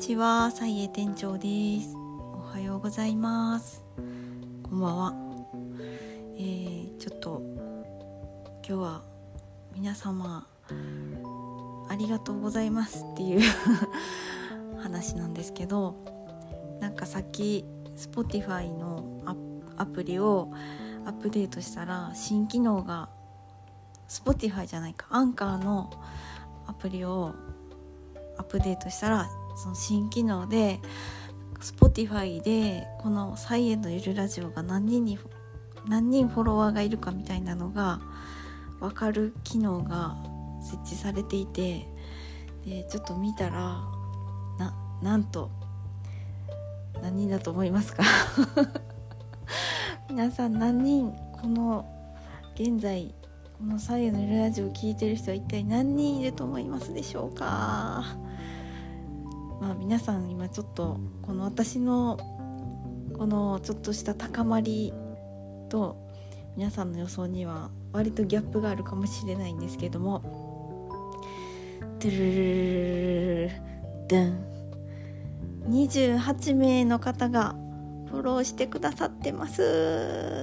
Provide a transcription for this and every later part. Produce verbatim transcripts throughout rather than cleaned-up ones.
ちは、サイエ店長です。おはようございます。こんばんは。えー、ちょっと今日は皆様ありがとうございますっていう話なんですけど、なんかさっき Spotify の ア, アプリをアップデートしたら新機能が Spotify じゃないかアンカーのアプリをアップデートしたらその新機能で Spotify でこのサイエのゆるラジオが何人に何人フォロワーがいるかみたいなのが分かる機能が設置されていて、でちょっと見たらななんと何人だと思いますか皆さん何人この現在このサイエのゆるラジオを聞いてる人は一体何人いると思いますでしょうか。まあ皆さん今ちょっとこの私のこのちょっとした高まりと皆さんの予想には割とギャップがあるかもしれないんですけども、ドゥルルルルルドンにじゅうはちめいの方がフォローしてくださってます。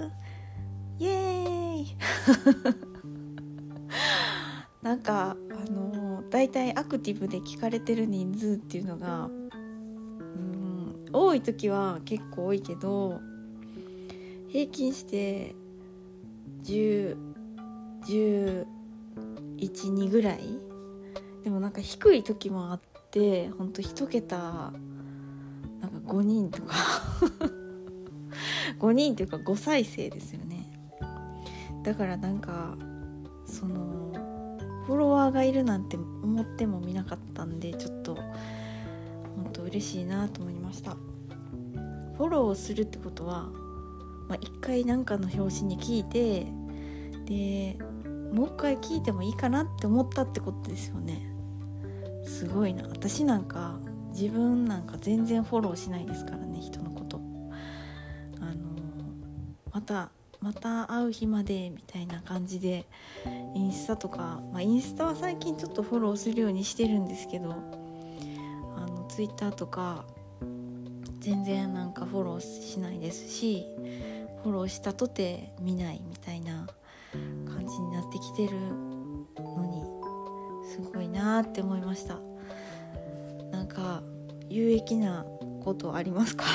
イエーイなんかあのだいたいアクティブで聞かれてる人数っていうのがうん多い時は結構多いけど、平均してじゅう、じゅういち、にぐらいでもなんか低い時もあって、ほんと一桁なんかごにんとかごにんっていうかご再生ですよね。だからなんかそのフォロワーがいるなんて思ってもみなかったんで、ちょっと本当嬉しいなと思いました。フォローをするってことは、まあ、一回なんかの表紙に聞いて、でもう一回聞いてもいいかなって思ったってことですよね。すごいな。私なんか自分なんか全然フォローしないですからね、人のこと。あのまたまた会う日までみたいな感じでインスタとか、まあ、インスタは最近ちょっとフォローするようにしてるんですけど、あのツイッターとか全然なんかフォローしないですし、フォローしたとて見ないみたいな感じになってきてるのにすごいなって思いました。なんか有益なことありますか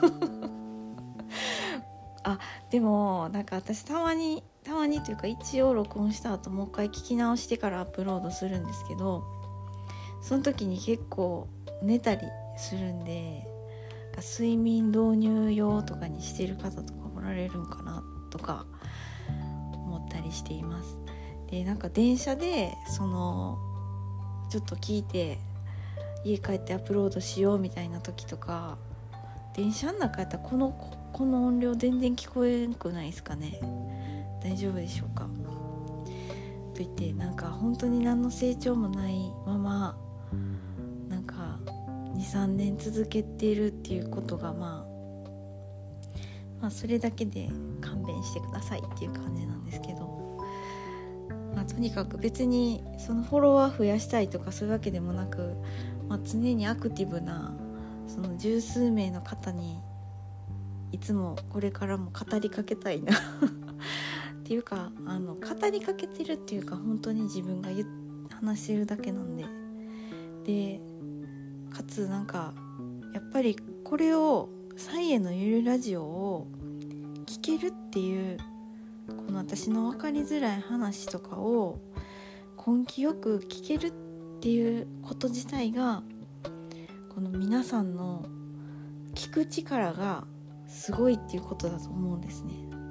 あ、でもなんか私たまにたまにというか一応録音した後もう一回聞き直してからアップロードするんですけど、その時に結構寝たりするんで、睡眠導入用とかにしてる方とかおられるんかなとか思ったりしています。でなんか電車でそのちょっと聞いて家帰ってアップロードしようみたいな時とか、電車の中やったらこのこの音量全然聞こえなくないですかね。大丈夫でしょうか。と言ってなんか本当に何の成長もないままなんか にさんねん続けてるっていうことが、まあまあそれだけで勘弁してくださいっていう感じなんですけど、まあ、とにかく別にそのフォロワー増やしたいとかそういうわけでもなく、まあ、常にアクティブなその十数名の方にいつもこれからも語りかけたいなっていうか、あの語りかけてるっていうか本当に自分が言話してるだけなんで、でかつなんかやっぱりこれをサイエのゆるラジオを聞けるっていうこの私の分かりづらい話とかを根気よく聞けるっていうこと自体がこの皆さんの聞く力がすごいっていうことだと思うんですね。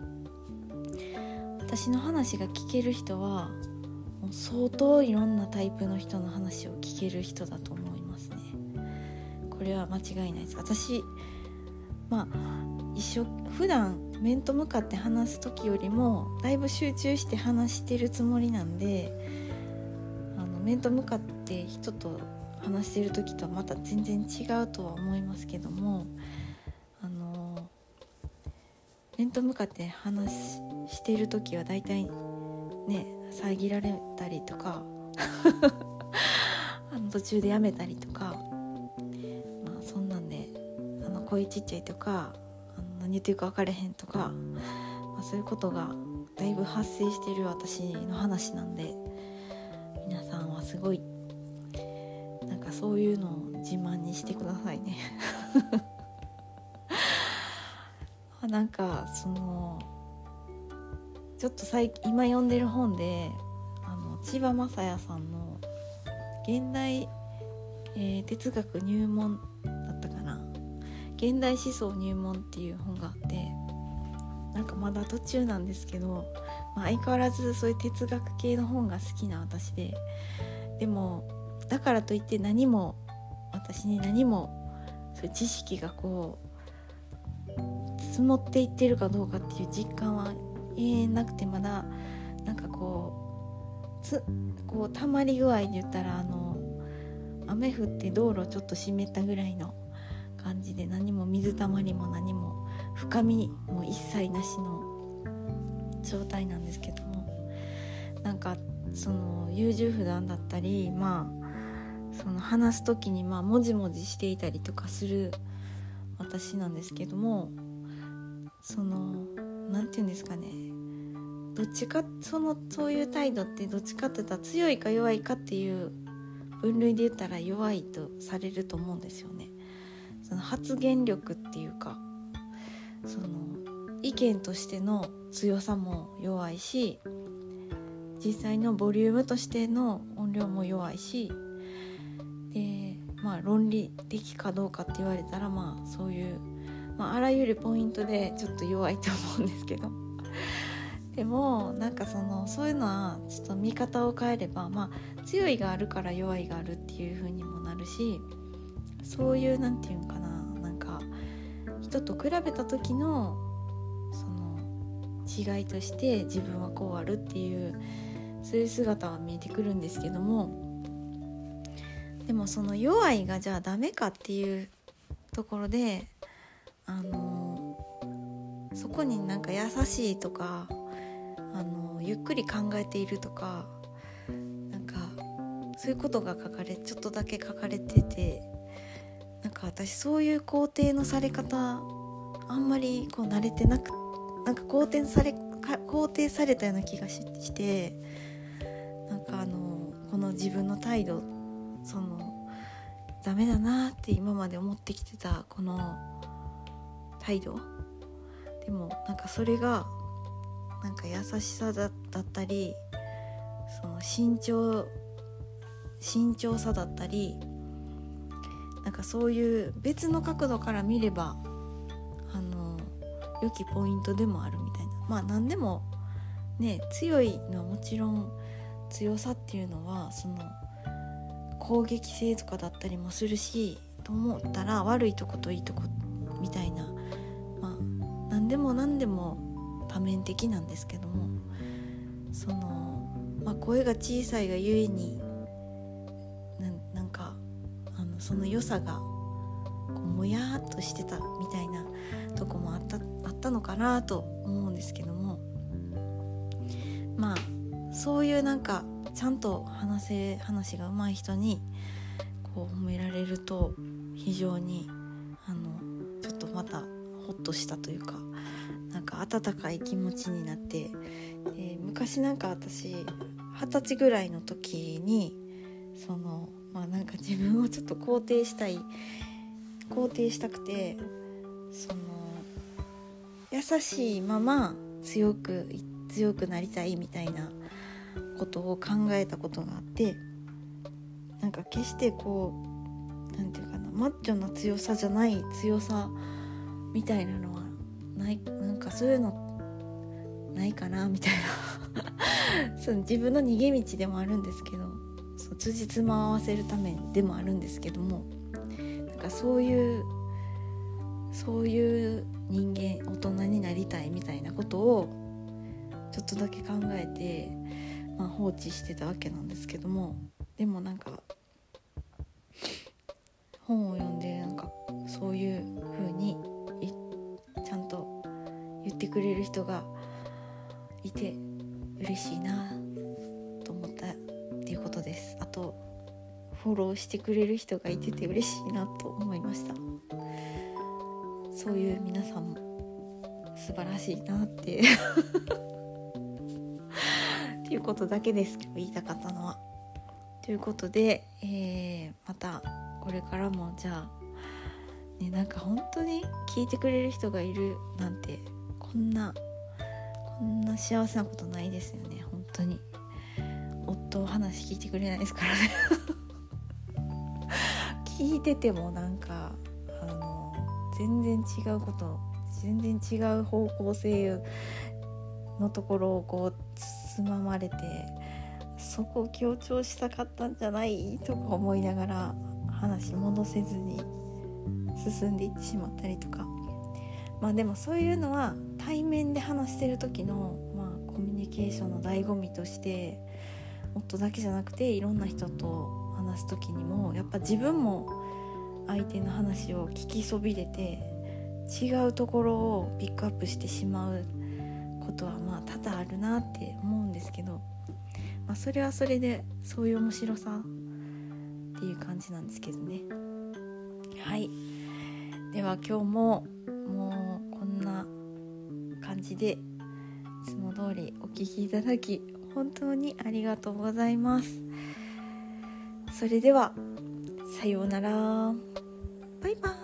私の話が聞ける人はもう相当いろんなタイプの人の話を聞ける人だと思いますね。これは間違いないです。私まあ一緒普段面と向かって話す時よりもだいぶ集中して話してるつもりなんで、あの面と向かって人と話してる時とはまた全然違うとは思いますけども、あの面と向かって話している時はだいたいね遮られたりとかあの途中でやめたりとか、ま声ちっちゃいとかあの何言ってるか分かれへんとか、まあ、そういうことがだいぶ発生している私の話なんで、皆さんはすごいなんかそういうのを自慢にしてくださいねなんかそのちょっと最近今読んでる本であの千葉雅也さんの現代、えー、哲学入門だったかな、現代思想入門っていう本があって、なんかまだ途中なんですけど、まあ、相変わらずそういう哲学系の本が好きな私で、でもだからといって何も私に何もそういう知識がこう積もっていってるかどうかっていう実感は永遠なくて、まだなんかこうつこうたまり具合で言ったらあの雨降って道路ちょっと湿ったぐらいの感じで、何も水たまりも何も深みも一切なしの状態なんですけども、なんかその優柔不断だったり、まあその話す時にまあもじもじしていたりとかする私なんですけども、そのなんていうんですかね、どっちかそのそういう態度ってどっちかって言ったら強いか弱いかっていう分類で言ったら弱いとされると思うんですよね。その発言力っていうか、その意見としての強さも弱いし、実際のボリュームとしての音量も弱いし、でまあ論理的かどうかって言われたらまあそういう、まあ、あらゆるポイントでちょっと弱いと思うんですけどでもなんかそのそういうのはちょっと見方を変えれば、まあ強いがあるから弱いがあるっていう風にもなるし、そういうなんていうのかな、なんか人と比べた時のその違いとして自分はこうあるっていうそういう姿は見えてくるんですけども、でもその弱いがじゃあダメかっていうところで、あのそこになんか優しいとか、あのゆっくり考えているとか、なんかそういうことが書かれちょっとだけ書かれてて、なんか私そういう肯定のされ方あんまりこう慣れてなく、なんか肯定され肯定されたような気が し, して、なんかあのこの自分の態度、そのダメだなって今まで思ってきてたこの態度でも、なんかそれがなんか優しさ だ, だったり、その慎重慎重さだったり、なんかそういう別の角度から見ればあの良きポイントでもあるみたいな、まあ何でもね、強いのはもちろん強さっていうのはその攻撃性とかだったりもするし、と思ったら悪いとこといいとこみたいな、まあ何でも何でも多面的なんですけども、その、まあ、声が小さいがゆえに な, なんかあのその良さがこうもやーっとしてたみたいなとこもあった、あったのかなと思うんですけども、まあそういうなんかちゃんと話せ話が上手い人にこう褒められると非常にあのちょっとまたホッとしたというか、なんか温かい気持ちになって、えー、昔なんか私二十歳ぐらいの時にそのまあなんか自分をちょっと肯定したい肯定したくて、その優しいまま強く強くなりたいみたいなことを考えたことがあって、なんか決してこうなんていうかな、マッチョな強さじゃない強さみたいなのはない、なんかそういうのないかなみたいなその自分の逃げ道でもあるんですけど、そう辻褄を合わせるためでもあるんですけども、なんかそういうそういう人間大人になりたいみたいなことをちょっとだけ考えて、まあ、放置してたわけなんですけども、でもなんか本を読んでなんかそういう風にちゃんと言ってくれる人がいて嬉しいなと思ったっていうことです。あとフォローしてくれる人がいてて嬉しいなと思いました。 そういう皆さんも素晴らしいなってっていうことだけですけど言いたかったのは。ということで、えー、またこれからもじゃあ、ね、なんか本当に聞いてくれる人がいるなんてこんなこんな幸せなことないですよね。本当に夫は話聞いてくれないですからね聞いててもなんかあの全然違うこと全然違う方向性のところをこうつままれて、そこを強調したかったんじゃないとか思いながら話戻せずに進んでいってしまったりとか、まあでもそういうのは対面で話してる時の、まあ、コミュニケーションの醍醐味として夫だけじゃなくていろんな人と話す時にもやっぱ自分も相手の話を聞きそびれて違うところをピックアップしてしまうことはまあ多々あるなって思うんですけど、まあ、それはそれでそういう面白さっていう感じなんですけどね。はい、では今日ももうこんな感じでいつも通りお聞きいただき本当にありがとうございます。それではさようなら、バイバイ。